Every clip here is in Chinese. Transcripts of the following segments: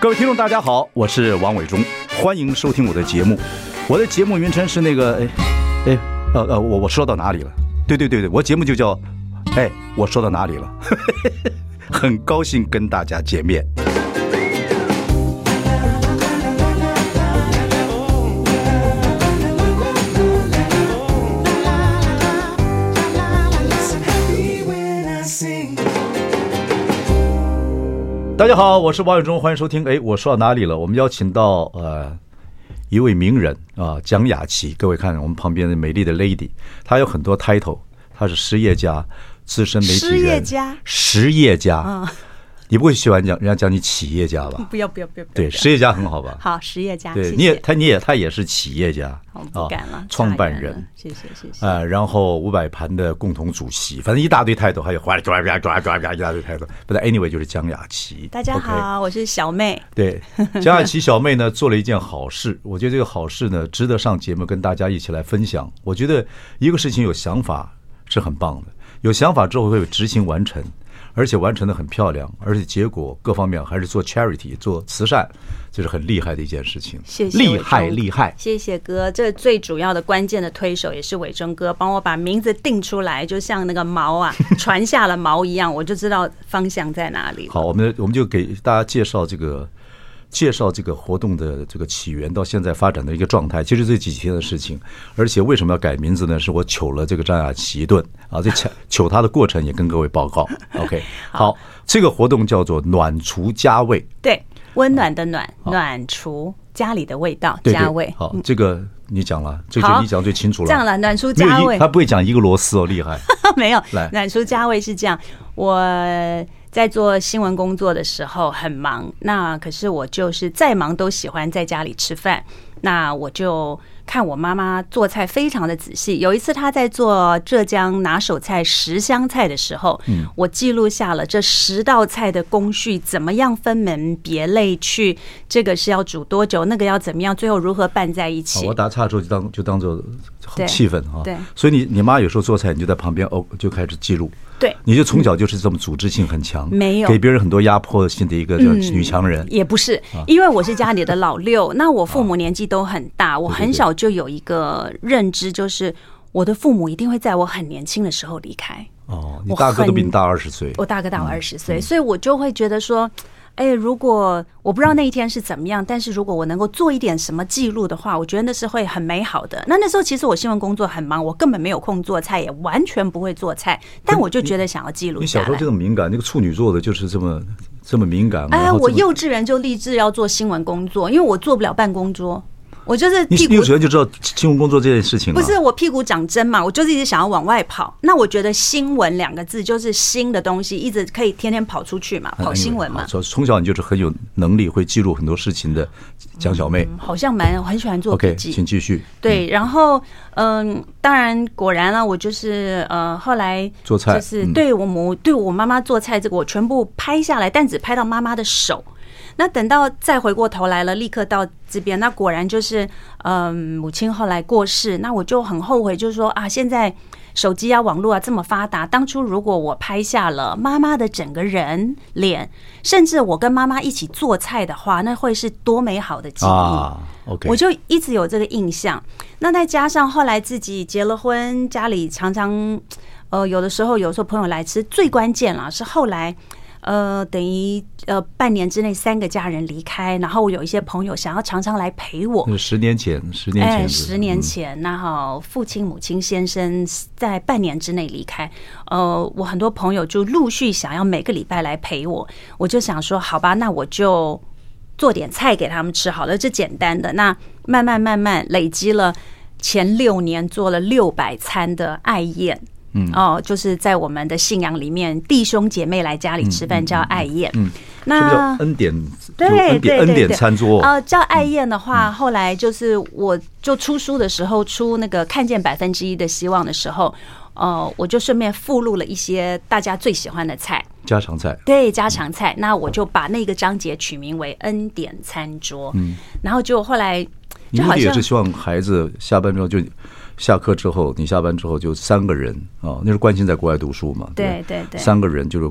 各位听众大家好，我是王伟忠，欢迎收听我的节目。我的节目名称是那个我说到哪里了？对，我节目就叫我说到哪里了？很高兴跟大家见面。大家好，我是王伟忠，欢迎收听。我说到哪里了？我们邀请到一位名人啊，蒋雅琪。各位看我们旁边的美丽的 lady， 她有很多 title， 她是实业家、资深媒体人、实业家。你不会喜欢人家讲你企业家吧？ 不要。 对，实业家很好吧？ 好，实业家。 对，他也是企业家。 不敢了， 创办人。 谢谢。 然后500盘的共同主席，反正一大堆态度，还有一大堆态度。But anyway， 就是蒋雅琪。 大家好，我是小妹。 对，蒋雅琪小妹呢做了一件好事，我觉得这个好事呢值得上节目跟大家一起来分享。我觉得一个事情有想法是很棒的，有想法之后会有执行完成。而且完成的很漂亮，而且结果各方面还是做 charity 做慈善，这是很厉害的一件事情。 谢谢， 厉害！ 谢谢哥，这最主要的关键的推手也是伟忠哥，帮我把名字定出来，就像那个锚啊，传下了锚一样，我就知道方向在哪里。 好，我们就给大家介绍这个活动的这个起源到现在发展的一个状态，其实这几天的事情。而且为什么要改名字呢？是我糗了这个张雅琪一顿啊，这糗他的过程也跟各位报告。OK， 好，这个活动叫做暖厨家味， 对，温暖的暖，暖厨家里的味道，家味。 好，这个你讲了，这就你讲最清楚了。 这样了，暖厨家味， 他不会讲一个螺丝哦，厉害。 没有，暖厨家味是这样，我在做新闻工作的时候很忙，那可是我就是再忙都喜欢在家里吃饭。那我就看我妈妈做菜非常的仔细。有一次她在做浙江拿手菜10香菜的时候，我记录下了这10道菜的工序，怎么样分门别类去，这个是要煮多久，那个要怎么样，最后如何拌在一起。 我打岔之后就当做气氛啊。 对， 所以你妈有时候做菜，你就在旁边就开始记录。 对， 你就从小就是这么组织性很强， 没有给别人很多压迫性的一个女强人。 也不是，因为我是家里的老六，那我父母年纪都很大，我很小就有一个认知，就是我的父母一定会在我很年轻的时候离开。 哦，你大哥都比你大20岁， 我大哥大我20岁，所以我就会觉得说，如果我不知道那一天是怎么样，但是如果我能够做一点什么记录的话，我觉得那是会很美好的。那时候其实我新闻工作很忙，我根本没有空做菜，也完全不会做菜，但我就觉得想要记录下来。 你小时候就这么敏感，那个处女座的就是这么敏感。 我幼稚园就立志要做新闻工作，因为我做不了办公桌。我就是屁股， 你幼稚园就知道新闻工作这件事情了。 不是，我屁股长针嘛，我就是一直想要往外跑。那我觉得新闻2个字就是新的东西，一直可以天天跑出去嘛，跑新闻嘛。 从小你就是很有能力，会记录很多事情的蒋小妹。 好像很喜欢做笔记。 OK， 请继续。 对，然后当然果然了，我就是后来做菜， 就是对我妈妈做菜这个我全部拍下来，但只拍到妈妈的手。那等到再回过头来了，立刻到这边，那果然就是母亲后来过世，那我就很后悔，就是说啊，现在手机啊、网络啊这么发达，当初如果我拍下了妈妈的整个人脸，甚至我跟妈妈一起做菜的话，那会是多美好的记忆。 OK， 我就一直有这个印象。那再加上后来自己结了婚，家里常常有时候朋友来吃，最关键啦是后来。等于半年之内3个家人离开，然后我有一些朋友想要常常来陪我。 10年前 ，10年前，然后父亲、母亲、先生在半年之内离开，我很多朋友就陆续想要每个礼拜来陪我，我就想说，好吧，那我就做点菜给他们吃好了，这简单的。那慢慢累积了前6年做了600餐的爱宴。就是在我们的信仰里面，弟兄姐妹来家里吃饭叫爱宴。 那叫恩典， 对恩典餐桌。 叫爱宴的话，后来就是我就出书的时候，出那个看见1%的希望的时候，我就顺便附录了一些大家最喜欢的菜， 家常菜。 对，家常菜。那我就把那个章节取名为恩典餐桌。然后就后来就好像也是希望孩子下班之后就。下课之后，你下班之后就3个人啊，那是关心在国外读书嘛？ 对，3 个人就是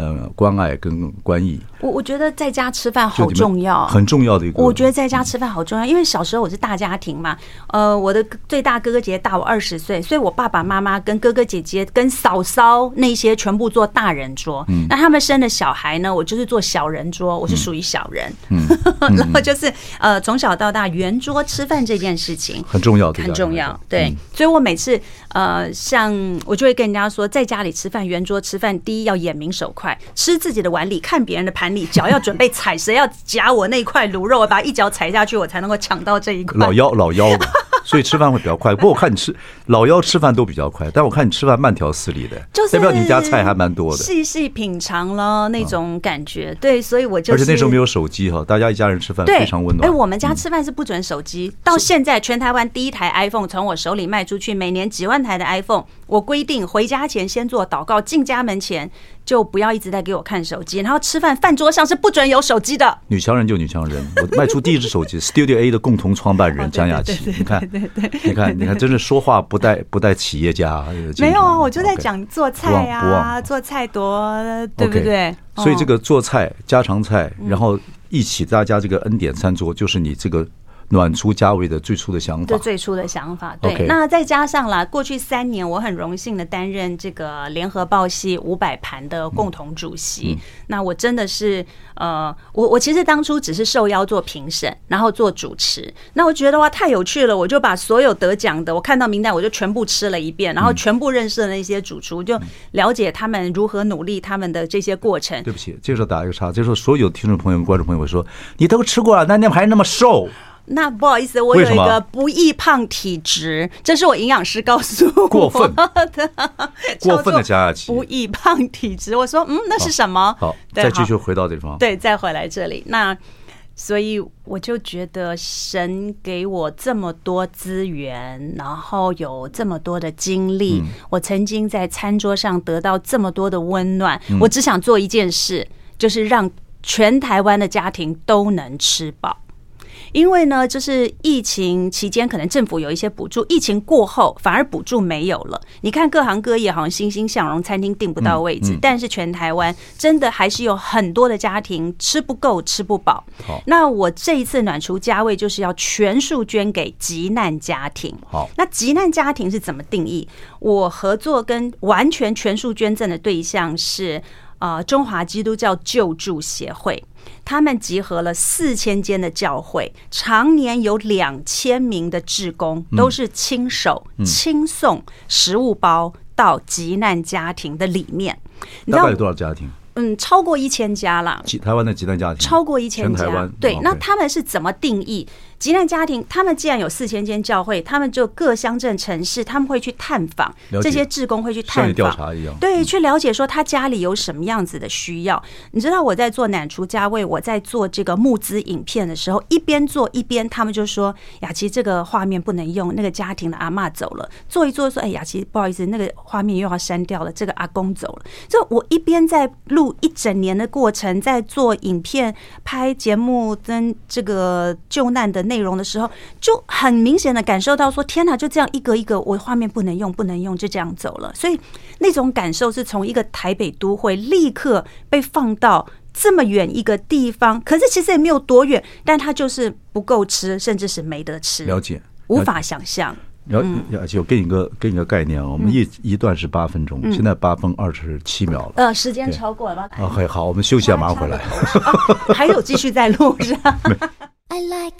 关爱跟关意。 我觉得在家吃饭好重要， 很重要的一个。 我觉得在家吃饭好重要，因为小时候我是大家庭嘛，我的最大哥哥姐姐大我20岁，所以我爸爸妈妈跟哥哥姐姐跟嫂嫂那些全部做大人桌，那他们生的小孩呢，我就是做小人桌，我是属于小人，然后就是从小到大圆桌吃饭这件事情很重要， 很重要，对，所以我每次像我就会跟人家说，在家里吃饭圆桌吃饭，第一要眼明手快，吃自己的碗里，看别人的盘里，脚要准备踩，谁要夹我那块卤肉，我把一脚踩下去，我才能够抢到这一块。 老幺的，所以吃饭会比较快。不过我看你老幺吃饭都比较快，但我看你吃饭慢条斯理的，代表你家菜还蛮多的， 细细品尝了那种感觉。对，所以我就是， 而且那时候没有手机哈，大家一家人吃饭非常温暖。 我们家吃饭是不准手机，到现在全台湾第一台 iPhone 从我手里卖出去，每年几万台的 iPhone， 我规定回家前先做祷告，进家门前就不要一直在给我看手机，然后吃饭饭桌上是不准有手机的。女强人就女强人， 我卖出第一只手机，Studio A 的共同创办人江雅琪，你看，真是说话不带企业家。 没有啊，我就在讲做菜啊，做菜多，对不对？ 所以这个做菜家常菜，然后一起大家这个恩典餐桌，就是你这个暖厨家味的最初的想法， 最初的想法。对，那再加上啦，过去3年我很荣幸的担任这个联合报系500盘的共同主席。那我真的是我其实当初只是受邀做评审，然后做主持。那我觉得哇太有趣了，我就把所有得奖的，我看到名单我就全部吃了一遍，然后全部认识了那些主厨，就了解他们如何努力，他们的这些过程。 对不起，这时候打一个岔，这时候所有听众朋友、观众朋友说，你都吃过了，那还那么瘦。 那不好意思，我有一个不易胖体质，这是我营养师告诉我的。 过分的加雅琪， 不易胖体质。我说那是什么？ 好，再继续回到这地方。 对，再回来这里。那所以我就觉得神给我这么多资源，然后有这么多的经历，我曾经在餐桌上得到这么多的温暖，我只想做一件事，就是让全台湾的家庭都能吃饱。因为呢，就是疫情期间可能政府有一些补助，疫情过后反而补助没有了。你看各行各业好像欣欣向荣，餐厅订不到位置，但是全台湾真的还是有很多的家庭吃不够、吃不饱。那我这一次暖厨家味就是要全数捐给急难家庭。好，那急难家庭是怎么定义？我合作跟完全全数捐赠的对象是中华基督教救助协会。他们集合了4000间的教会，常年有2000名的志工，都是亲手亲送食物包到急难家庭的里面。 大概有多少家庭？ 超过1000家啦。 台湾的急难家庭超过1000家。对，那他们是怎么定义急难家庭？他们既然有4000间教会，他们就各乡镇城市，他们会去探访，这些志工会去探访， 像你调查一样， 对，去了解说他家里有什么样子的需要。你知道我在做暖厨家味，我在做这个募资影片的时候，一边做一边他们就说：“雅琪，这个画面不能用，那个家庭的阿嬷走了。”做一做说：“哎，雅琪，不好意思，那个画面又要删掉了，这个阿公走了。”就我一边在录一整年的过程，在做影片、拍节目跟这个救难的内容的时候，就很明显的感受到说，天哪，就这样一个一个，我画面不能用，就这样走了。所以那种感受是从一个台北都会立刻被放到这么远一个地方，可是其实也没有多远，但它就是不够吃，甚至是没得吃。 了解， 无法想象。 而且我给你个概念，我们一段是8分钟，现在8分27秒了。时间超过了吧 ？OK， 好，我们休息一下，马上回来。 还有继续在录是吧 ？I like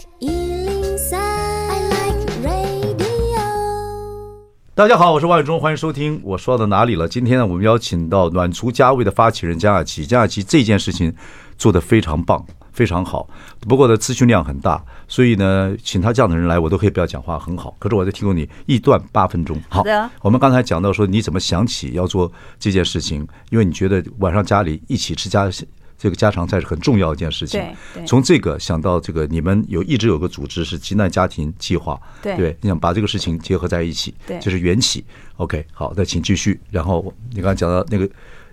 103, I like radio。 大家好，我是王伟忠，欢迎收听。我说到哪里了？今天呢，我们邀请到暖厨家味的发起人江雅琪。江雅琪这件事情做得非常棒。非常好，不过的资讯量很大，所以呢，请他这样的人来，我都可以不要讲话，很好。可是我再提供你一段8分钟。好的，我们刚才讲到说，你怎么想起要做这件事情？因为你觉得晚上家里一起吃这个家常菜是很重要的一件事情。对，从这个想到这个，你们一直有个组织是急难家庭计划。对，你想把这个事情结合在一起，这是缘起。OK， 好，再请继续。然后你刚才讲到那个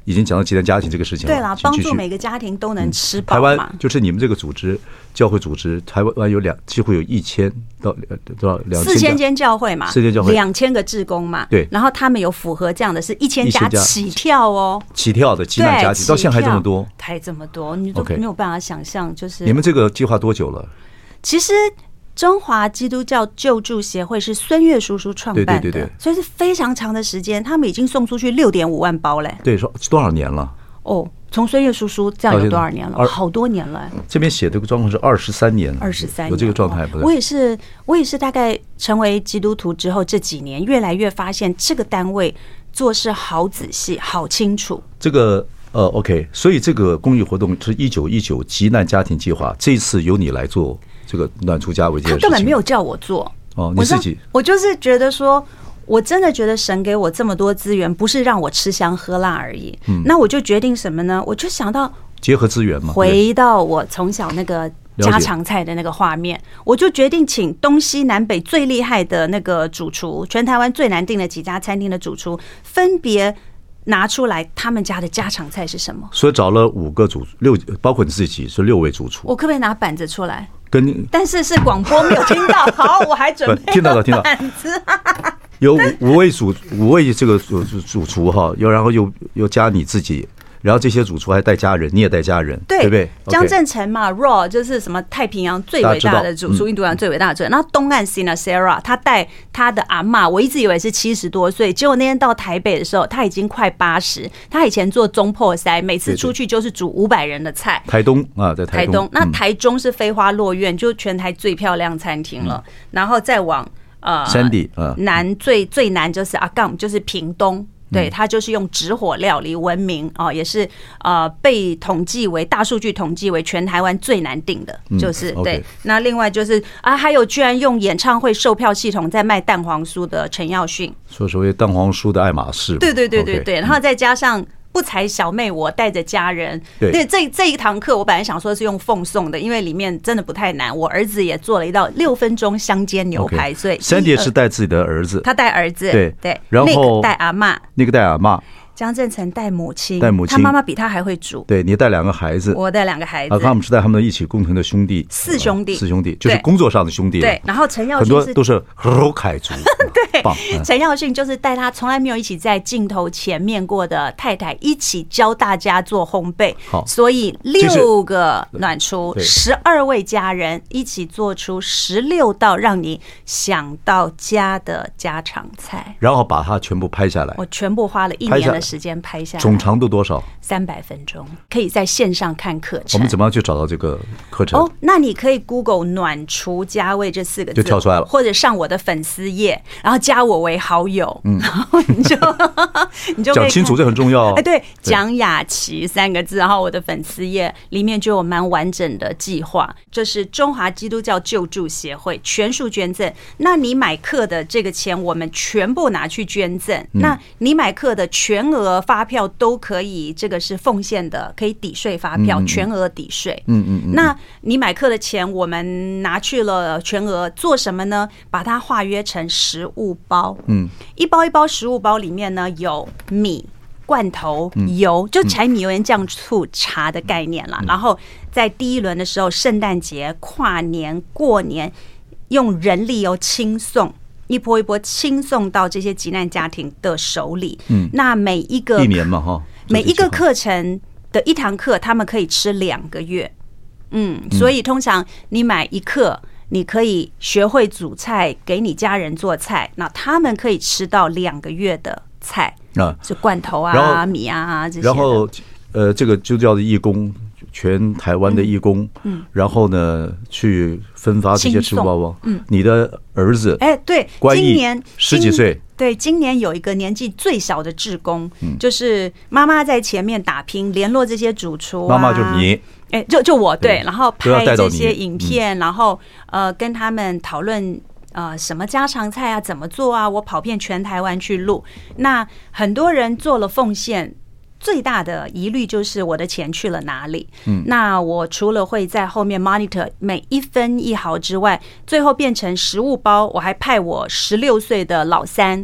已经讲到极难家庭这个事情了。 对啦，帮助每个个家庭都能吃饱台湾嘛。 就是你们这个组织，教会组织，台湾几乎有1000到多少 2000间教会嘛 ，4000教会 ，2000个志工嘛。 对， 然后他们有符合这样的是1000家起跳哦， 起跳的极难家庭，到现在还这么多， 还这么多，你都没有办法想象。就是你们这个计划多久了？ 其实中华基督教救助协会是孙越叔叔创办的，对，所以是非常长的时间，他们已经送出去6.5万包嘞。 对，说多少年了？ 哦，从孙越叔叔这样有多少年了？好多年了。这边写的状况是23年了，23年有这个状态不？ 我也是大概成为基督徒之后这几年，越来越发现这个单位做事好仔细、好清楚。 这个OK， 所以这个公益活动是1919急难家庭计划，这一次由你来做。这个暖出家为这件事情， 他根本没有叫我做哦，你自己。 我就是觉得说，我真的觉得神给我这么多资源，不是让我吃香喝辣而已。那我就决定什么呢？我就想到结合资源嘛， 回到我从小那个家常菜的那个画面，我就决定请东西南北最厉害的那个主厨，全台湾最难订的几家餐厅的主厨，分别拿出来他们家的家常菜是什么。 所以找了5个包括你自己是6位主厨。 我可不可以拿板子出来？ 但是广播没有听到。好，我还准备了板子。 有5位这个主厨哈，然后又加你自己。然后这些主厨还带家人，你也带家人，对不对？ 江正成嘛 ，Raw 就是什么太平洋最伟大的主厨，印度洋最伟大的主厨。然后东岸 Sinasera 他带他的阿嬷，我一直以为是70多岁，结果那天到台北的时候，他已经快80。他以前做中破塞，每次出去就是煮500人的菜。 台东啊，在台东。 那台中是飞花落院，就全台最漂亮餐厅了。然后再往山地南最南就是阿杠，就是屏东。对，他就是用直火料理闻名哦，也是被统计为大数据统计为全台湾最难订的，就是对。那另外就是还有居然用演唱会售票系统在卖蛋黄酥的陈耀迅， 所谓蛋黄酥的爱马仕， 对，然后再加上。不才小妹，我带着家人。对，这一堂课我本来想说是用奉送的，因为里面真的不太难。我儿子也做了一道6分钟香煎牛排，所以 Sandy 是带自己的儿子， 他带儿子，对， 然后那个带阿嬷，江正成带母亲，他妈妈比他还会煮。对， 你带2个孩子， 我带2个孩子。 他们是带他们一起共同的兄弟 ，4兄弟， 就是工作上的兄弟。 对，然后陈耀迅很多都是豪凯族。 对，陈耀迅就是带他从来没有一起在镜头前面过的太太一起教大家做烘焙。所以6个暖厨，12位家人一起做出16道让你想到家的家常菜， 然后把它全部拍下来。 我全部花了1年的时间拍下来， 总长度多少 ？300分钟，可以在线上看课程。 我们怎么样去找到这个课程？ 那你可以 Google 暖厨家味这4个字就跳出来了， 或者上我的粉丝页，然后加我为好友，然后你就讲清楚，这很重要。 对，蒋雅琪3个字，然后我的粉丝页里面就有蛮完整的计划。这是中华基督教救助协会全数捐赠。那你买课的这个钱，我们全部拿去捐赠。那你买课的全额发票都可以，这个是奉献的，可以抵税发票，全额抵税。那你买课的钱，我们拿去了全额做什么呢？把它化约成食物包。一包一包食物包里面呢有米、罐头、油，就柴米油盐酱醋茶的概念啦。然后在第1轮的时候，圣诞节、跨年、过年，用人力轻送。一波一波轻送到这些急难家庭的手里。那每一个 1年嘛哈， 每一个课程的1堂课，他们可以吃2个月。所以通常你买1课，你可以学会煮菜，给你家人做菜，那他们可以吃到2个月的菜，就罐头啊、米啊这些。 然后这个就叫做义工。全台湾的义工，然后呢，去分发这些食物包包。你的儿子， 对，今年 10几岁， 对，今年有一个年纪最小的志工，就是妈妈在前面打拼，联络这些主厨。 妈妈就是你， 就我对，然后拍这些影片，然后跟他们讨论。什么家常菜啊，怎么做啊？我跑遍全台湾去录。那很多人做了奉献。最大的疑虑就是我的钱去了哪里？那我除了会在后面 monitor 每1分1毫之外，最后变成食物包，我还派我16岁的老三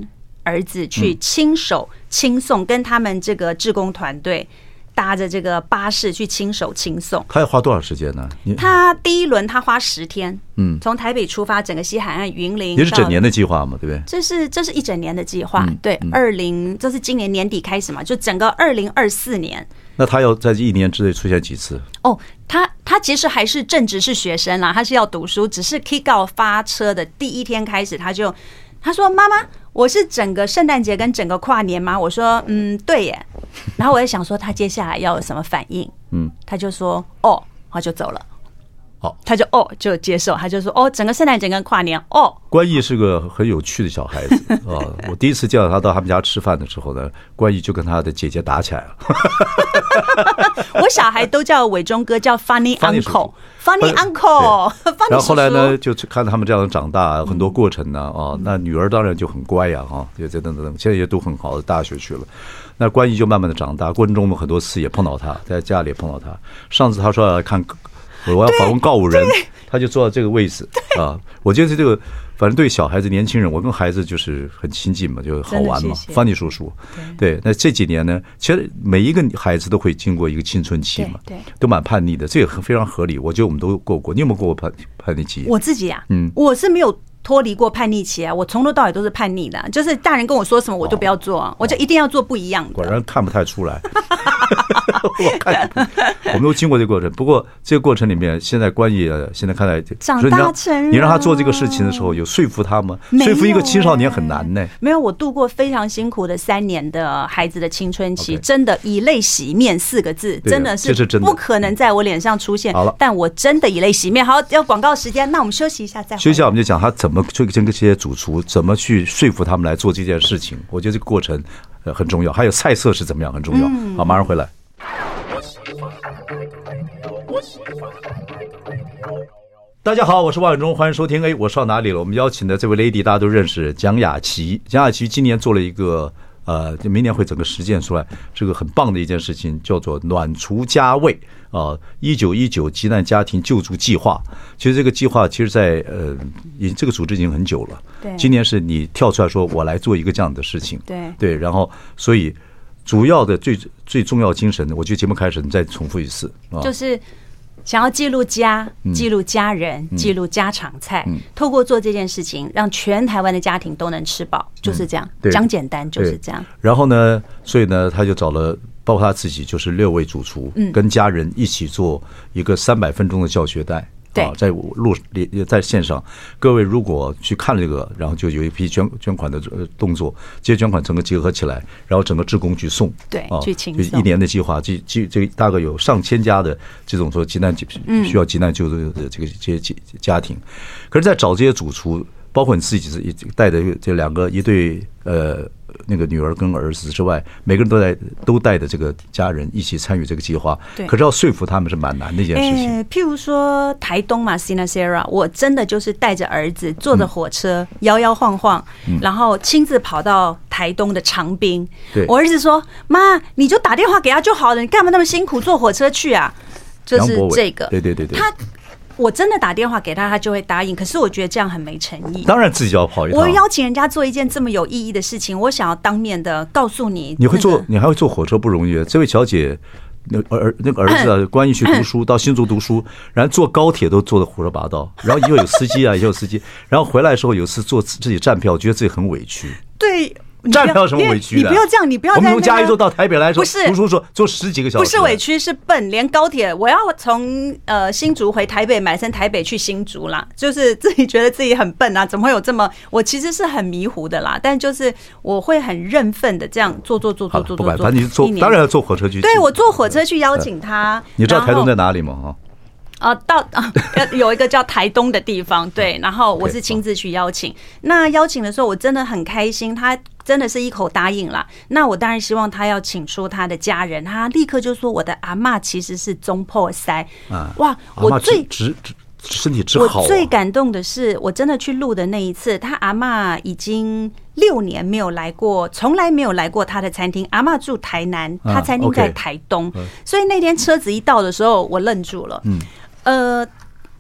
儿子去亲手亲送，跟他们这个志工团队搭着这个巴士去亲手亲送。 他要花多少时间呢？ 他第一轮他花10天，从台北出发，整个西海岸云林， 也是整年的计划嘛，对不对？ 这是一整年的计划，对，这是今年年底开始嘛，就整个2024年。 那他要在1年之内出现几次？ 哦，他其实还是正职是学生啦，他是要读书，只是 kick out 发车的第一天开始，他说妈妈，我是整个圣诞节跟整个跨年吗？我说对耶。然后我也想说他接下来要有什么反应，他就说哦，他就走了。他就接受，他就说整个圣诞节跟跨年关毅是个很有趣的小孩子啊！我第一次见到他到他们家吃饭的时候呢，关毅就跟他的姐姐打起来了。 我小孩都叫伟忠哥，叫 Funny Uncle。Funny Uncle， 然后后来呢，就看他们这样长大，很多过程呢那女儿当然就很乖呀就等等，现在也都很好的大学去了。那关毅就慢慢的长大，过程中我们很多次也碰到他，在家里也碰到他。上次他说要来看。我要访问告五人，他就坐到这个位置啊。我觉得这个，反正对小孩子、年轻人，我跟孩子就是很亲近嘛，就好玩嘛。方尼叔叔，对，那这几年呢，其实每一个孩子都会经过一个青春期嘛，对，都蛮叛逆的，这也非常合理。我觉得我们都过过，你有没有过叛逆期？ 我自己啊，我是没有脱离过叛逆期啊，我从头到尾都是叛逆的，就是大人跟我说什么我就不要做，我就一定要做不一样的。 果然看不太出来。我们都经过这个过程，不过这个过程里面，现在关毅现在看来长大成人， 你让他做这个事情的时候，有说服他吗？说服一个青少年很难呢。 没有，我度过非常辛苦的3年的孩子的青春期，真的以泪洗面4个字，真的是不可能在我脸上出现。好了，但我真的以泪洗面。好，要广告时间，那我们休息一下再回来。 休息一下，我们就讲他怎么去跟这些主厨怎么去说服他们来做这件事情。我觉得这个过程很重要，还有菜色是怎么样很重要。好，马上回来。大家好，我是万永忠，欢迎收听。我说到哪里了？我们邀请的这位 lady 大家都认识，蒋雅琪。蒋雅琪今年做了一个明年会整个实践出来，这个很棒的一件事情，叫做暖厨家卫1919急难家庭救助计划。其实这个计划其实在这个组织已经很久了。对，今年是你跳出来说我来做一个这样的事情。对，然后所以主要的最重要精神，我觉得节目开始你再重复一次就是想要记录家、记录家人、记录家常菜，透过做这件事情，让全台湾的家庭都能吃饱，就是这样，讲简单就是这样。然后呢， 所以呢，他就找了包括他自己，就是6位主厨，跟家人一起做一个300分钟的教学带。在线上，各位如果去看这个，然后就有一批捐款的动作，这些捐款整个结合起来，然后整个志工去送， 去请送，就1年的计划，这大概有上千家的这种说急难需要急难救助的这些家庭，可是，在找这些主厨，包括你自己带的这2个一对那个女儿跟儿子之外，每个人都带着这个家人一起参与这个计划。可是要说服他们是蛮难的一件事情。 譬如说台东嘛 ，Sinasera， 我真的就是带着儿子坐着火车摇摇晃晃，然后亲自跑到台东的长滨。我儿子说：“妈，你就打电话给他就好了，你干嘛那么辛苦坐火车去啊？”就是这个， 对， 我真的打电话给他，他就会答应。可是我觉得这样很没诚意。 当然自己要跑一趟。 我邀请人家做一件这么有意义的事情，我想要当面的告诉你。 你还会坐火车不容易。这位小姐，那个儿子关毅去读书，到新竹读书，然后坐高铁都坐得胡说八道，然后又有司机也有司机，然后回来的时候有一次坐自己站票，觉得自己很委屈。 对。 站票有什么委屈的？ 你不要这样，你不要。 我们从嘉义坐到台北来说，读书说坐10几个小时， 不是委屈，是笨。连高铁，我要从新竹回台北，买成台北去新竹啦，就是自己觉得自己很笨啊，怎么会有这么？我其实是很迷糊的啦，但就是我会很认份的这样做。不管，反正你坐，当然要坐火车去。 对，我坐火车去邀请他。 你知道台东在哪里吗？ 有一个叫台东的地方，对，然后我是亲自去邀请。那邀请的时候，我真的很开心，他真的是一口答应啦。那我当然希望他要请出他的家人，他立刻就说我的阿嬷其实是中破塞。哇，我身体之好。 我最感动的是，我真的去录的那一次，他阿嬷已经6年没有来过，从来没有来过他的餐厅。阿嬷住台南，他餐厅在台东，所以那天车子一到的时候，我愣住了。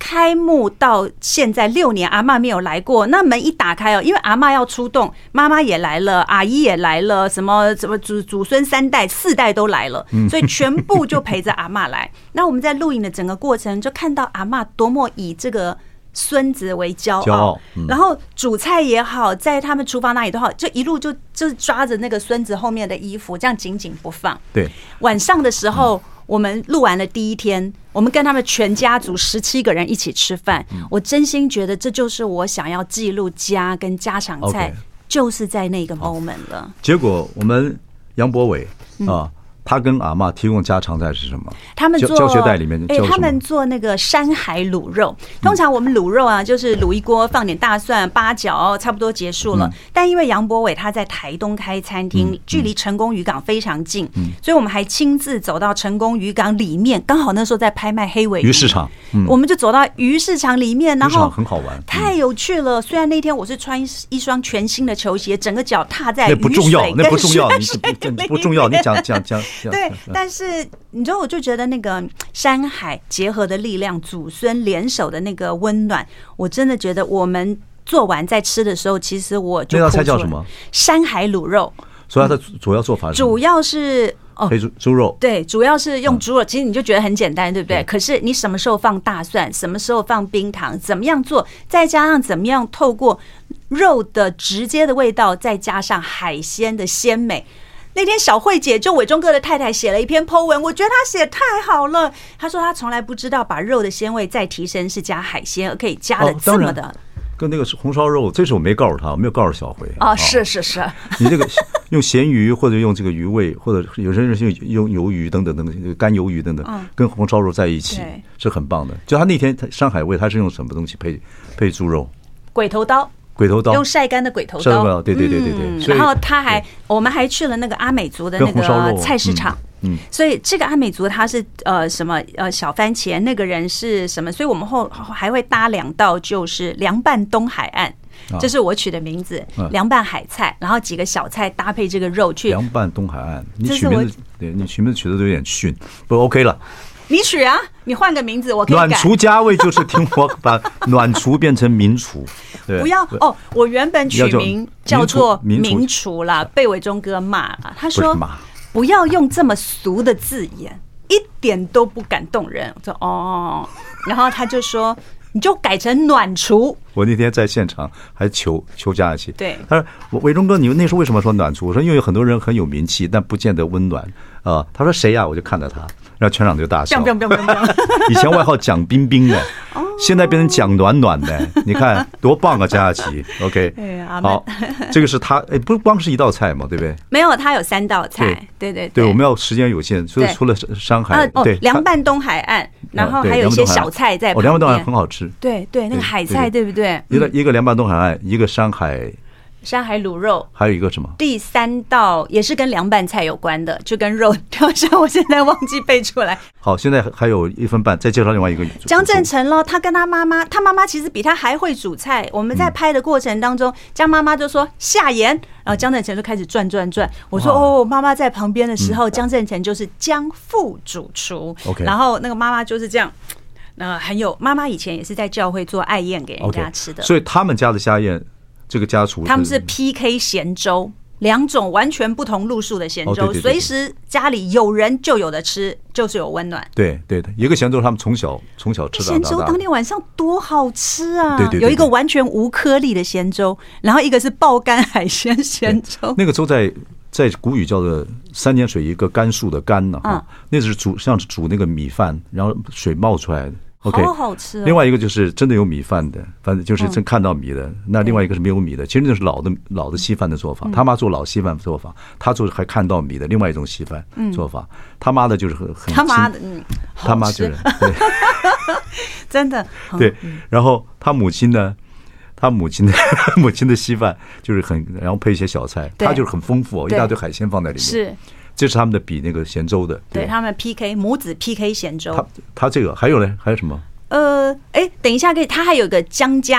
开幕到现在6年，阿嬷没有来过。那门一打开哦，因为阿嬷要出动，妈妈也来了，阿姨也来了，什么祖孙3代4代都来了，所以全部就陪着阿嬷来。那我们在录影的整个过程，就看到阿嬷多么以这个孙子为骄傲，然后煮菜也好，在他们厨房那里都好，就一路就是抓着那个孙子后面的衣服，这样紧紧不放。 对， 晚上的时候。我们录完了第一天，我们跟他们全家族17个人一起吃饭。我真心觉得这就是我想要记录家跟家常菜，就是在那个 moment 了。 结果我们杨博伟啊。他跟阿嬷提供家常菜是什么？ 他们做教学带里面教什么？ 他们做那个山海卤肉。通常我们卤肉啊，就是卤一锅，放点大蒜、八角，差不多结束了。但因为杨博伟他在台东开餐厅，距离成功渔港非常近，所以我们还亲自走到成功渔港里面，刚好那时候在拍卖黑尾鱼市场，我们就走到鱼市场里面，然后很好玩， 太有趣了。虽然那天我是穿一双全新的球鞋，整个脚踏在那不重要，那不重要， 你不重要，你讲。 对，但是你知道，我就觉得那个山海结合的力量，祖孙联手的那个温暖，我真的觉得我们做完在吃的时候，其实我就那道菜叫什么？ 山海卤肉。 所以它的主要做法是主要是黑猪肉， 对，主要是用猪肉。其实你就觉得很简单，对不对？可是你什么时候放大蒜，什么时候放冰糖，怎么样做，再加上怎么样透过肉的直接的味道，再加上海鲜的鲜美。那天小慧姐就伟忠哥的太太写了一篇 po 文，我觉得她写太好了。她说她从来不知道把肉的鲜味再提升是加海鲜，而可以加的这么的。 跟那个红烧肉，这是我没告诉他，我没有告诉小慧。 是。 你这个用咸鱼或者用这个鱼味，或者有些人是用鱿鱼等等干鱿鱼等等，跟红烧肉在一起是很棒的。就他那天山海味，他是用什么东西配猪肉？ 鬼头刀。用晒干的鬼头刀， 对。 然后我们还去了那个阿美族的那个菜市场，所以这个阿美族他是什么小番茄，那个人是什么？所以我们还会搭2道，就是凉拌东海岸，这是我取的名字，凉拌海菜，然后几个小菜搭配这个肉去凉拌东海岸。你取名字，对你取名字取的都有点逊，不 OK 了。 你取啊，你换个名字，我可以改。 暖厨家味就是听我把暖厨变成民厨， 不要哦。我原本取名叫做民厨啦，被伟忠哥骂了。他说不要用这么俗的字眼，一点都不感动人。我说哦，然后他就说你就改成暖厨。 我那天在现场还求佳琪， 对， 他说伟忠哥，你那时候为什么说暖厨？我说因为有很多人很有名气，但不见得温暖啊。他说谁呀？我就看着他。然后全场就大笑。以前外号蒋冰冰的，现在变成蒋暖暖的，你看多棒啊，佳琪。OK， 好，这个是他，不光是一道菜嘛，对不对？ 没有，他有3道菜。对， 我们要时间有限，所以除了山海，对， 凉拌东海岸，然后还有一些小菜在旁边。 凉拌东海岸很好吃。 对，那个海菜对不对？ 一个凉拌东海岸，一个山海卤肉， 还有一个什么？ 第3道也是跟凉拌菜有关的，就跟肉。好像我现在忘记背出来。 好，现在还有1分半，再介绍另外一个江振成咯。他跟他妈妈其实比他还会煮菜。我们在拍的过程当中，江妈妈就说下盐，然后江振成就开始转。我说妈妈在旁边的时候，江振成就是江副主厨。然后那个妈妈就是这样。很有妈妈以前也是在教会做爱宴给人家吃的， 所以他们家的家宴。这个家厨， 他们是 PK 咸粥，2种完全不同路数的咸粥，随时家里有人就有的吃，就是有温暖。 对的，一个咸粥他们从小吃到大。 咸粥当天晚上多好吃啊！ 对， 有一个完全無顆粒的咸粥，然后一个是爆干海鲜咸粥。 那个粥在古语叫做3点水一个甘肃的甘呢，那是像是煮那个米饭，然后水冒出来的。OK， 好好吃。 另外一个就是真的有米饭的，反正就是真看到米的。那另外一个是没有米的，其实那是老的稀饭的做法。他妈做老稀饭做法，他做还看到米的另外一种稀饭做法。他妈的就是很他妈的， 他妈就是对， 真的对。然后他母亲呢？他母亲的稀饭就是然后配一些小菜，他就是很丰富，一大堆海鲜放在里面。是。这是他们的比那个咸粥的， 对他们 PK 母子 PK 咸粥。 他这个还有呢？还有什么？ 等一下可以，他还有一个江家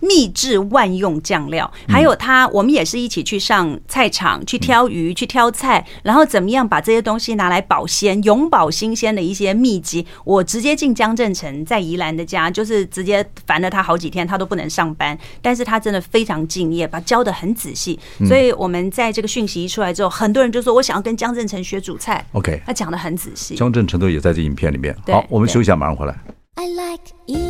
秘制万用酱料，还有我们也是一起去上菜场去挑鱼、去挑菜，然后怎么样把这些东西拿来保鲜、永保新鲜的一些秘籍。我直接进江振成在宜兰的家，就是直接烦了他好几天，他都不能上班，但是他真的非常敬业，把教得很仔细。所以我们在这个讯息一出来之后，很多人就说我想要跟江振成学煮菜。 OK， 他讲得很仔细。 江振成都也在这影片里面。好，我们休息一下，马上回来。 I like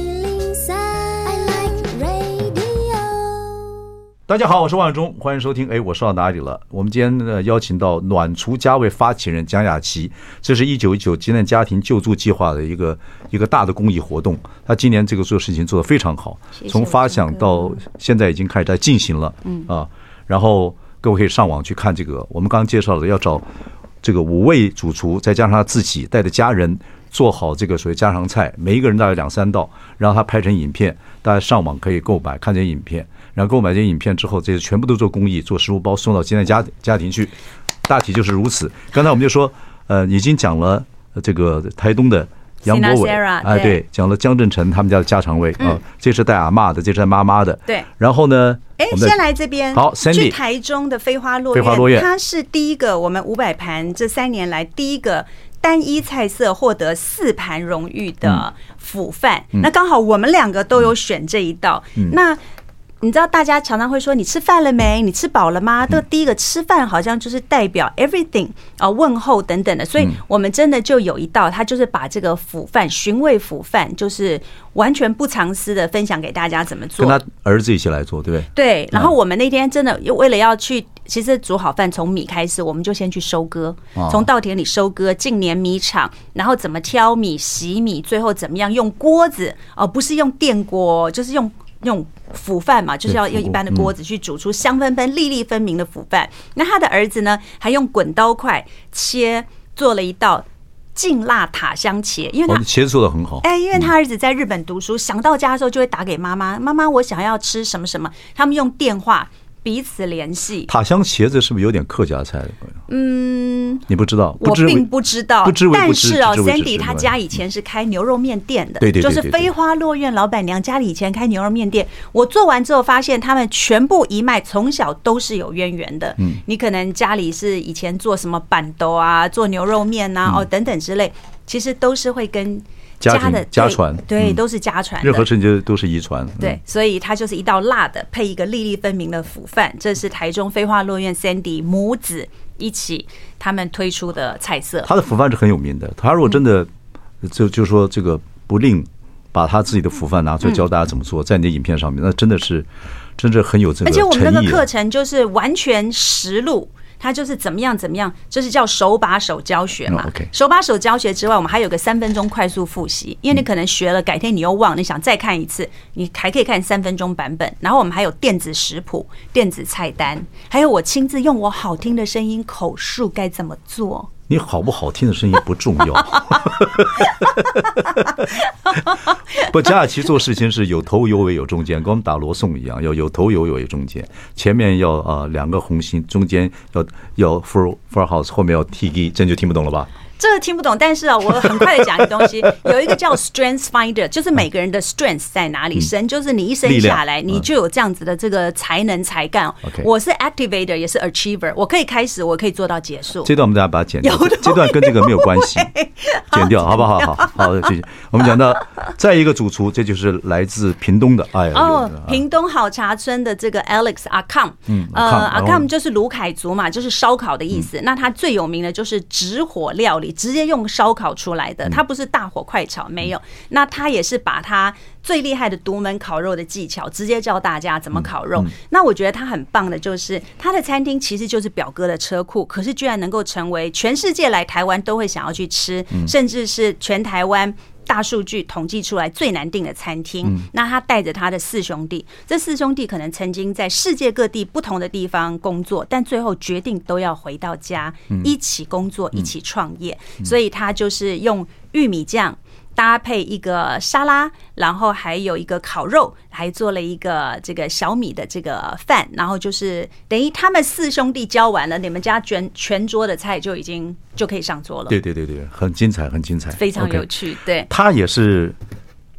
103, I like radio。 大家好，我是万忠，欢迎收听。我说到哪里了？我们今天呢邀请到暖厨家卫发起人蒋雅琪，这是1919急难家庭救助计划的一个大的公益活动。他今年这个做事情做得非常好，从发想到现在已经开始在进行了。然后各位可以上网去看这个。我们刚刚介绍的要找这个5位主厨，再加上他自己带着家人。做好这个所谓家常菜，每一个人大概2-3道，然后他拍成影片，大家上网可以购买看这些影片，然后购买这些影片之后，这些全部都做公益，做食物包送到现在家庭去，大体就是如此。刚才我们就说，已经讲了这个台东的杨国伟，对，讲了江振成他们家的家常味啊，这是带阿嬷的，这是带妈妈的， 对。 然后呢， 先来这边， 好 ，Sandy 去台中的飞花落苑，它是第一个我们500盘这3年来第一个。单一菜色获得4盘荣誉的腐饭，那刚好我们2个都有选这一道。那你知道大家常常会说你吃饭了没？你吃饱了吗？这第一个吃饭好像就是代表 everything 问候等等的，所以我们真的就有一道，他就是把这个腐饭寻味腐饭，就是完全不藏私的分享给大家怎么做， 跟他儿子一起来做，对不对？ 对。然后我们那天真的为了要去。其实煮好饭从米开始，我们就先去收割，从稻田里收割，进碾米厂，然后怎么挑米、洗米，最后怎么样用锅子不是用电锅，就是用腐饭嘛，就是要用一般的锅子去煮出香喷喷、粒粒分明的腐饭。那他的儿子呢，还用滚刀块切做了一道劲辣塔香茄，因为他茄子做得很好。 因为他儿子在日本读书，想到家的时候就会打给妈妈，妈妈我想要吃什么什么，他们用电话。彼此联系。塔香茄子是不是有点客家菜的？你不知道？我并不知道。但是Sandy 他家以前是开牛肉面店的，对，就是飞花落苑老板娘家里以前开牛肉面店。我做完之后发现，他们全部一脉从小都是有渊源的。你可能家里是以前做什么板豆啊，做牛肉面啊，等等之类，其实都是会跟。家传，对，都是家传的，任何事情都是遗传。对，所以它就是一道辣的，配一个粒粒分明的腐饭。这是台中飞花落苑 Sandy 母子一起他们推出的菜色。他的腐饭是很有名的。他如果真的就说这个不吝把他自己的腐饭拿出来教大家怎么做，在你的影片上面，那真的很有这个诚意。而且我们那个课程就是完全实录。它就是怎么样，就是叫手把手教学嘛。手把手教学之外，我们还有个3分钟快速复习，因为你可能学了，改天你又忘，你想再看一次，你还可以看3分钟版本。然后我们还有电子食谱、电子菜单，还有我亲自用我好听的声音口述该怎么做。你好不好听的声音不重要。不，蒋雅琪做事情是有头有尾有中间，跟我们打罗宋一样，要有头有尾有中间，前面要2个红心，中间要 full house， 后面要 TG， 这就听不懂了吧？这个听不懂，但是我很快的讲一个东西，有一个叫 Strength Finder， 就是每个人的 strength 在哪里，神就是你一生下来你就有这样子的这个才能才干。我是 activator 也是 achiever， 我可以开始，我可以做到结束。这段我们大家把它剪掉，这段跟这个没有关系，剪掉好不好？好，谢谢。我们讲到再一个主厨，这就是来自屏东的，屏东好茶村的这个 Alex 阿康，阿康就是卢凯族嘛，就是烧烤的意思。那他最有名的就是直火料理。直接用烧烤出来的，它不是大火快炒，没有。那他也是把他最厉害的独门烤肉的技巧，直接教大家怎么烤肉。那我觉得他很棒的，就是他的餐厅其实就是表哥的车库，可是居然能够成为全世界来台湾都会想要去吃，甚至是全台湾。大数据统计出来最难订的餐厅，那他带着他的4兄弟，这4兄弟可能曾经在世界各地不同的地方工作，但最后决定都要回到家，一起工作，一起创业。所以他就是用玉米酱搭配一个沙拉，然后还有一个烤肉，还做了一个这个小米的这个饭，然后就是等于他们4兄弟教完了，你们家全桌的菜就可以上桌了。对，很精彩，很精彩，非常有趣。对，他也是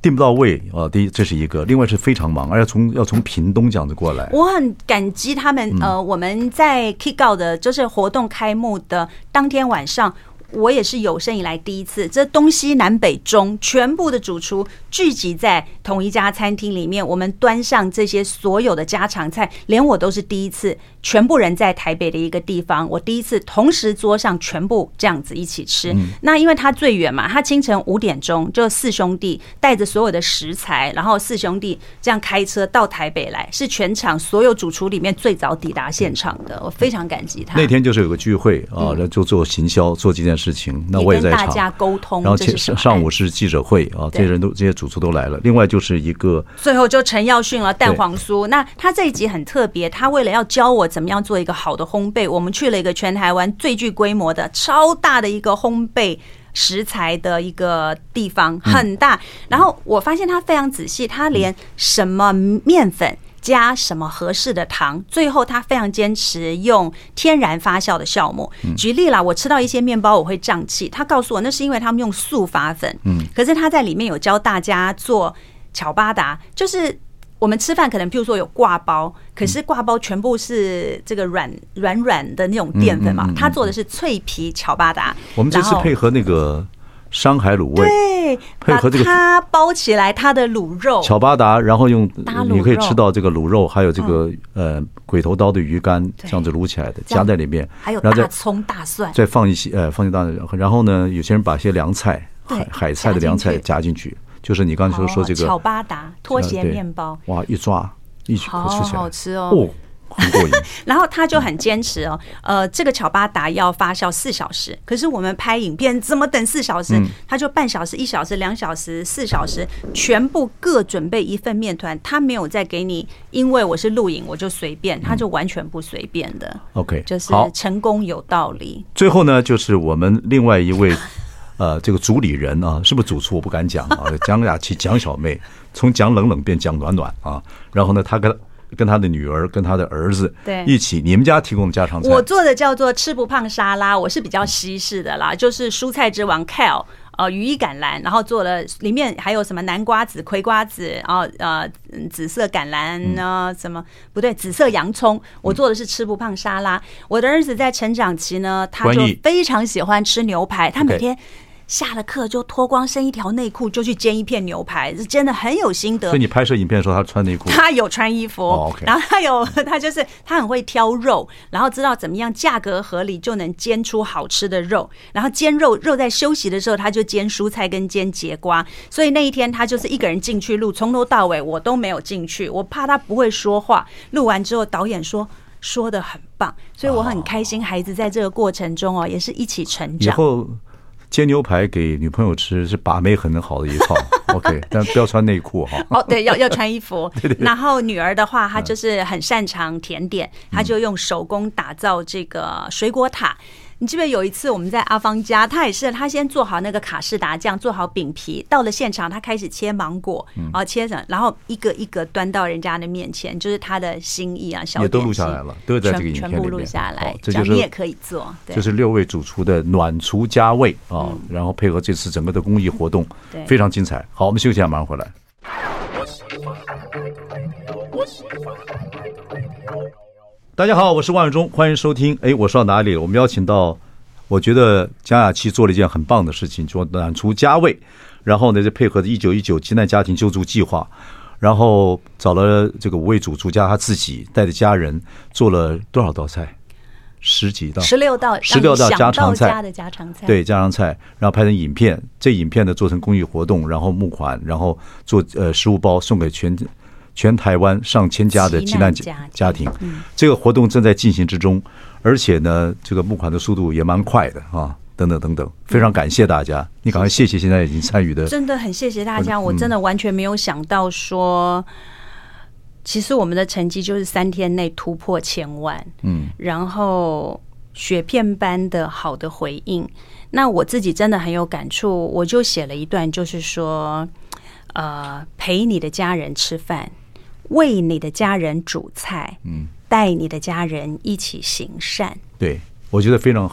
订不到位啊，第一这是一个，另外是非常忙，而且要从屏东这样子过来。 我很感激他们，我们在 kick out 的就是活动开幕的当天晚上。我也是有生以来第一次，这东西南北中全部的主厨聚集在同一家餐厅里面，我们端上这些所有的家常菜，连我都是第一次，全部人在台北的一个地方，我第一次同时桌上全部这样子一起吃。那因为他最远嘛，他清晨5点钟就4兄弟带着所有的食材，然后4兄弟这样开车到台北来，是全场所有主厨里面最早抵达现场的，我非常感激他。 那天就是有个聚会啊，就做行销，做这件事情，那我也在场， 跟大家沟通。 然后上午是记者会啊，这些主厨都来了。另外就是一个最后就陈耀迅了蛋黄酥。那他这一集很特别，他为了要教我怎么样做一个好的烘焙，我们去了一个全台湾最具规模的超大的一个烘焙食材的一个地方，很大。然后我发现他非常仔细，他连什么面粉加什么合适的糖，最后他非常坚持用天然发酵的酵母。举例啦，我吃到一些面包我会胀气，他告诉我那是因为他们用素发粉。可是他在里面有教大家做巧巴达，就是我们吃饭可能譬如说有挂包，可是挂包全部是这个软的那种淀粉嘛，他做的是脆皮巧巴达。 我们这次配合那个山海卤味， 对， 配合这个它包起来它的卤肉巧巴达，然后用你可以吃到这个卤肉，还有这个鬼头刀的鱼干，这样子卤起来的，加在里面， 还有大葱大蒜， 再放一些放进大蒜，然后呢，有些人把一些凉菜海菜的凉菜加进去，就是你刚才说这个巧巴达拖鞋面包， 哇，一抓一口吃起来好好吃哦。 很过瘾。 然后他就很坚持哦，这个巧巴达要发酵4小时，可是我们拍影片怎么等4小时？他就半小时、1小时、2小时、4小时，全部各准备一份面团，他没有再给你，因为我是录影我就随便，他就完全不随便的。 OK， 就是成功有道理。 最后呢，就是我们另外一位这个主理人啊，是不是主厨我不敢讲啊，蒋雅琪蒋小妹从讲冷冷变讲暖暖啊，然后呢，他跟他的女儿跟他的儿子一起，你们家提供的家常菜， 我做的叫做吃不胖沙拉，我是比较西式的啦，就是蔬菜之王 kale。羽衣甘蓝，然后做了里面还有什么南瓜子、葵瓜子，然后紫色甘蓝呢，什么不对，紫色洋葱。我做的是吃不胖沙拉。我的儿子在成长期呢，他就非常喜欢吃牛排，他每天下了课就脱光身一条内裤就去煎一片牛排，真的很有心得。 所以你拍摄影片的时候，他穿内裤？ 他有穿衣服，然后他很会挑肉，然后知道怎么样价格合理就能煎出好吃的肉。然后煎肉在休息的时候，他就煎蔬菜跟煎节瓜。所以那一天他就是一个人进去录，从头到尾我都没有进去，我怕他不会说话。录完之后，导演说得很棒，所以我很开心。孩子在这个过程中也是一起成长。 以后煎牛排给女朋友吃是把妹很好的一套，OK， 但不要穿内裤哈。 对，要穿衣服。然后女儿的话，她就是很擅长甜点，她就用手工打造这个水果塔。你记不记得有一次我们在阿芳家，他也是他先做好那个卡士达酱，做好饼皮，到了现场他开始切芒果，切成，然后一个一个端到人家的面前，就是他的心意啊，小点心也都录下来了，都在这个影片里面， 全部录下来， 这就是你也可以做。 这是6位主厨的暖厨佳味啊，然后配合这次整个的公益活动，非常精彩。好，我们休息一下，马上回来。大家好，我是万永忠，欢迎收听。我说到哪里了？我们邀请到，我觉得蒋雅琪做了一件很棒的事情，做暖厨佳味，然后呢，就配合着1919急难家庭救助计划，然后找了这个5位主厨加他自己带着家人做了多少道菜？10几道 ，16道家常菜，对，家常菜，然后拍成影片，这影片呢做成公益活动，然后募款，然后做食物包送给全台湾上千家的急难家庭，这个活动正在进行之中，而且呢，这个募款的速度也蛮快的啊，等等等等，非常感谢大家，你赶快谢谢现在已经参与的， 真的很谢谢大家，我真的完全没有想到说，其实我们的成绩就是3天内突破1000万，然后雪片般的好的回应，那我自己真的很有感触，我就写了一段，就是说，陪你的家人吃饭。为你的家人煮菜，带你的家人一起行善。 对，我觉得非常好。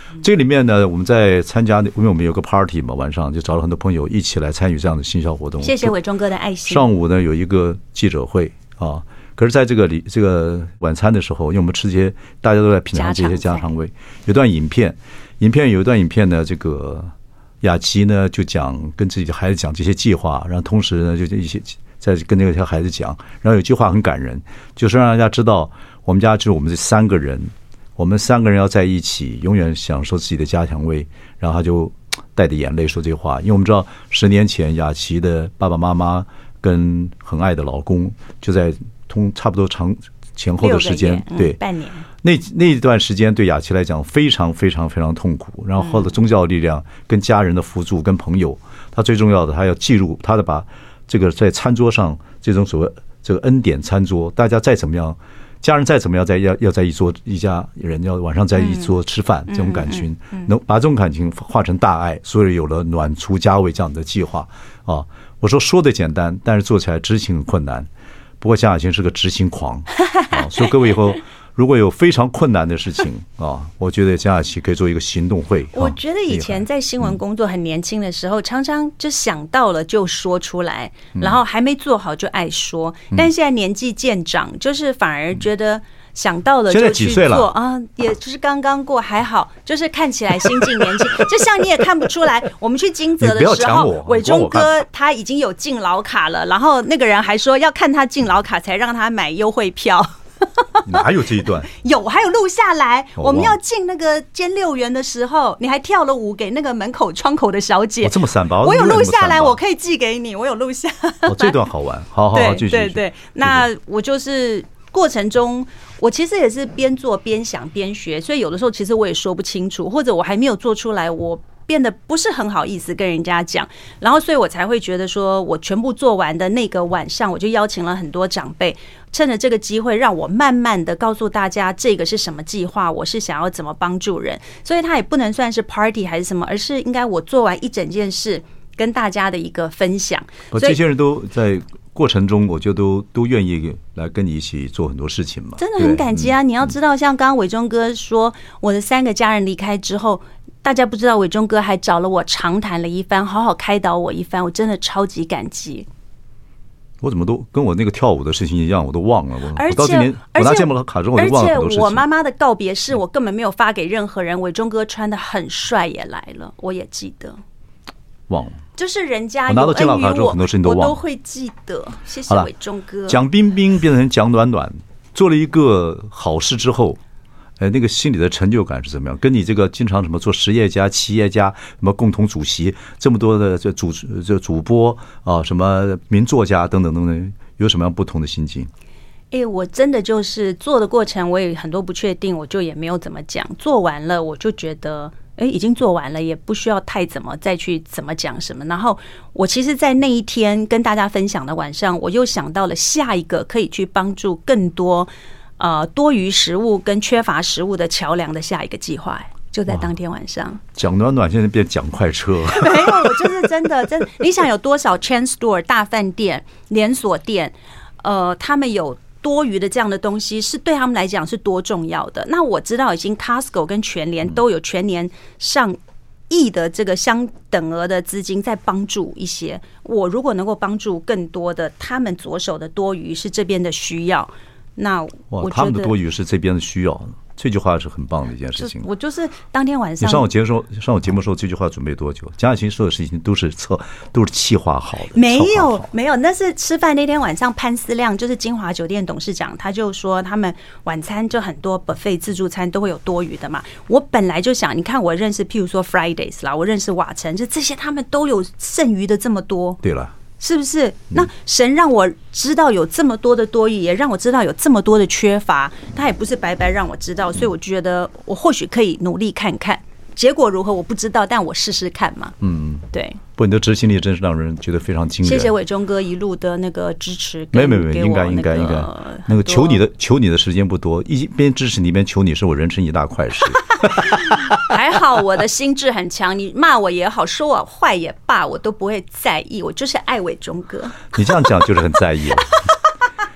这里面呢，我们在参加，因为我们有个 party 嘛，晚上就找了很多朋友一起来参与这样的行销活动。 谢谢伟忠哥的爱心。 上午呢有一个记者会啊，可是在这个晚餐的时候，因为我们吃这些，大家都在品尝这些家常味，有段影片有一段影片呢，这个雅琪呢就跟自己的孩子讲这些计划，然后同时呢就一些在跟那个孩子讲，然后有句话很感人，就是让大家知道我们家就是我们这3个人。我们3个人要在一起，永远享受自己的家乡味。然后他就带着眼泪说这话，因为我们知道10年前雅琪的爸爸妈妈跟很爱的老公就在差不多前后的时间，对， 半年。 那段时间对雅琪来讲非常非常非常痛苦。然后后的宗教力量跟家人的辅助跟朋友，他最重要的他要记录，他的把这个在餐桌上这种所谓这个恩典餐桌，大家再怎么样。家人再怎么样，要在一家人要晚上在一桌吃饭，这种感情能把这种感情化成大爱，所以有了暖厨家味这样的计划啊。我说的简单，但是做起来执行很困难。不过江雅琴是个执行狂啊，所以各位以后如果有非常困难的事情啊，我觉得江雅琪可以做一个行动会。 我觉得以前在新闻工作很年轻的时候，常常就想到了就说出来，然后还没做好就爱说。但现在年纪渐长，就是反而觉得想到了就去做。 现在几岁了啊？也就是刚刚过，还好，就是看起来心境年轻。就像你也看不出来，我们去金泽的时候，伟忠哥他已经有敬老卡了，然后那个人还说要看他敬老卡才让他买优惠票。 哪有这一段？ 有，还有录下来。我们要进那个监6员的时候，你还跳了舞给那个门口窗口的小姐。 这么散吧？ 我有录下来，我可以寄给你。我有录下。 这段好玩，好，继续。 对，那我就是过程中，我其实也是边做边想边学，所以有的时候其实我也说不清楚，或者我还没有做出来，我变得不是很好意思跟人家讲，然后所以我才会觉得说，我全部做完的那个晚上，我就邀请了很多长辈，趁着这个机会，让我慢慢的告诉大家这个是什么计划，我是想要怎么帮助人，所以它也不能算是 party 还是什么，而是应该我做完一整件事跟大家的一个分享。 这些人都在过程中，我就都愿意来跟你一起做很多事情嘛， 真的很感激啊！你要知道，像刚刚伟忠哥说，我的3个家人离开之后，大家不知道伟忠哥还找了我长谈了一番，好好开导我一番，我真的超级感激。 我怎么都跟我那个跳舞的事情一样，我都忘了。我到今年我拿健保卡之后，我就忘了很多事情。 而且我妈妈的告别式，我根本没有发给任何人。伟忠哥穿的很帅也来了，我也记得。 忘了， 就是人家我拿到健保卡之后，很多事情都忘了， 我都会记得。谢谢伟忠哥。 蒋冰冰变成蒋暖暖，做了一个好事之后。那个心里的成就感是怎么样？跟你这个经常什么做实业家、企业家、什么共同主席这么多的这主播啊，什么名作家等等等等，有什么样不同的心境？ 我真的就是做的过程，我也很多不确定，我就也没有怎么讲。做完了，我就觉得，已经做完了，也不需要太再去怎么讲什么。然后我其实，在那一天跟大家分享的晚上，我又想到了下一个可以去帮助更多。多余食物跟缺乏食物的桥梁的下一个计划，就在当天晚上。 蒋暖暖现在变蒋快车， 没有，我就是真的，你想有多少 chain store 大饭店、连锁店，他们有多余的这样的东西，是对他们来讲是多重要的。那我知道，已经 Costco 跟全联都有全年上亿的这个相等额的资金在帮助一些。我如果能够帮助更多的，他们左手的多余是这边的需要。那我他们的多余是这边的需要，这句话是很棒的一件事情。 我就是当天晚上， 你上我节目说这句话准备多久？蒋雅琴说的事情都是企划好的， 没有，那是吃饭那天晚上，潘思亮就是金华酒店董事长，他就说他们晚餐就很多 buffet 自助餐都会有多余的嘛。我本来就想，你看我认识，譬如说 Fridays 啦，我认识瓦城，就这些他们都有剩余的这么多。 对了。 是不是？那神让我知道有这么多的多余，也让我知道有这么多的缺乏，他也不是白白让我知道，所以我觉得我或许可以努力看看，结果如何我不知道，但我试试看嘛。对。不， 你的执行力真是让人觉得非常惊人。 谢谢伟忠哥一路的那个支持。 没，应该。那个求你的时间不多，一边支持你一边求你，是我人生一大快事。 还好我的心智很强，你骂我也好，说我坏也罢，我都不会在意，我就是爱伟忠哥。 你这样讲就是很在意了。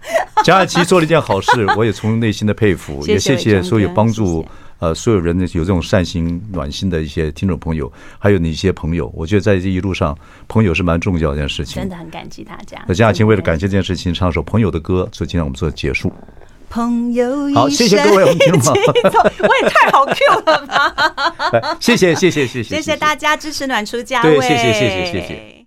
蒋雅琪做了一件好事，我也从内心的佩服，也谢谢所有帮助所有人有这种善心暖心的一些听众朋友，还有你一些朋友。我觉得在这一路上，朋友是蛮重要的一件事情。 真的很感激大家。 那蒋雅琴为了感谢这件事情，唱首朋友的歌，所以今天我们做结束。 朋友一好，谢谢各位，我们听众朋友， 我也太好 Q 了吧！ 谢谢谢谢大家支持暖出家味， 对，谢谢。